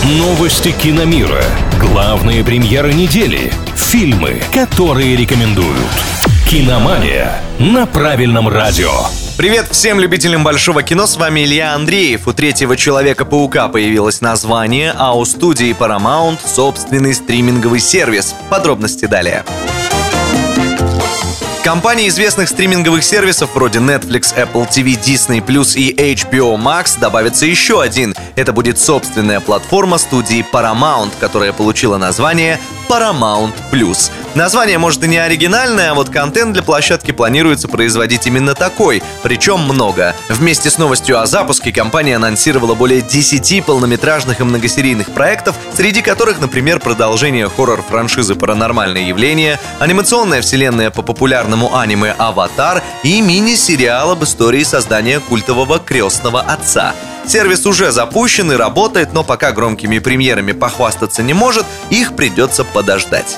Новости киномира. Главные премьеры недели. Фильмы, которые рекомендуют. Киномания на правильном радио. Привет всем любителям большого кино, с вами Илья Андреев. У третьего Человека-паука появилось название, а у студии Paramount собственный стриминговый сервис. Подробности далее. Компании известных стриминговых сервисов вроде Netflix, Apple TV, Disney+, и HBO Max добавится еще один. Это будет собственная платформа студии Paramount, которая получила название Paramount+. Название, может, и не оригинальное, а вот контент для площадки планируется производить именно такой, причем много. Вместе с новостью о запуске компания анонсировала более 10 полнометражных и многосерийных проектов, среди которых, например, продолжение хоррор-франшизы «Паранормальные явления», анимационная вселенная по популярному аниме «Аватар» и мини-сериал об истории создания культового «Крестного отца». Сервис уже запущен и работает, но пока громкими премьерами похвастаться не может, их придется подождать.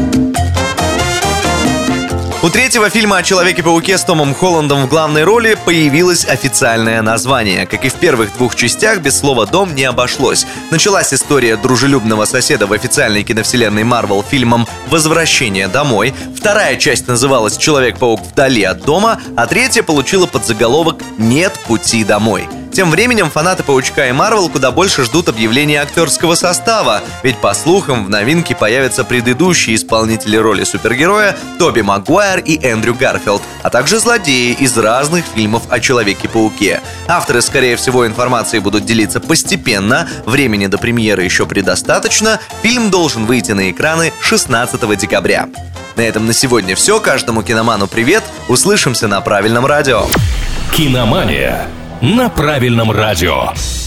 У третьего фильма о Человеке-пауке с Томом Холландом в главной роли появилось официальное название. Как и в первых двух частях, без слова «дом» не обошлось. Началась история дружелюбного соседа в официальной киновселенной Marvel фильмом «Возвращение домой». Вторая часть называлась «Человек-паук вдали от дома», а третья получила подзаголовок «Нет пути домой». Тем временем фанаты «Паучка» и Marvel куда больше ждут объявления актерского состава, ведь, по слухам, в новинке появятся предыдущие исполнители роли супергероя Тоби Магуайр и Эндрю Гарфилд, а также злодеи из разных фильмов о Человеке-пауке. Авторы, скорее всего, информацией будут делиться постепенно, времени до премьеры еще предостаточно, фильм должен выйти на экраны 16 декабря. На этом на сегодня все, каждому киноману привет, услышимся на правильном радио. Киномания на правильном радио.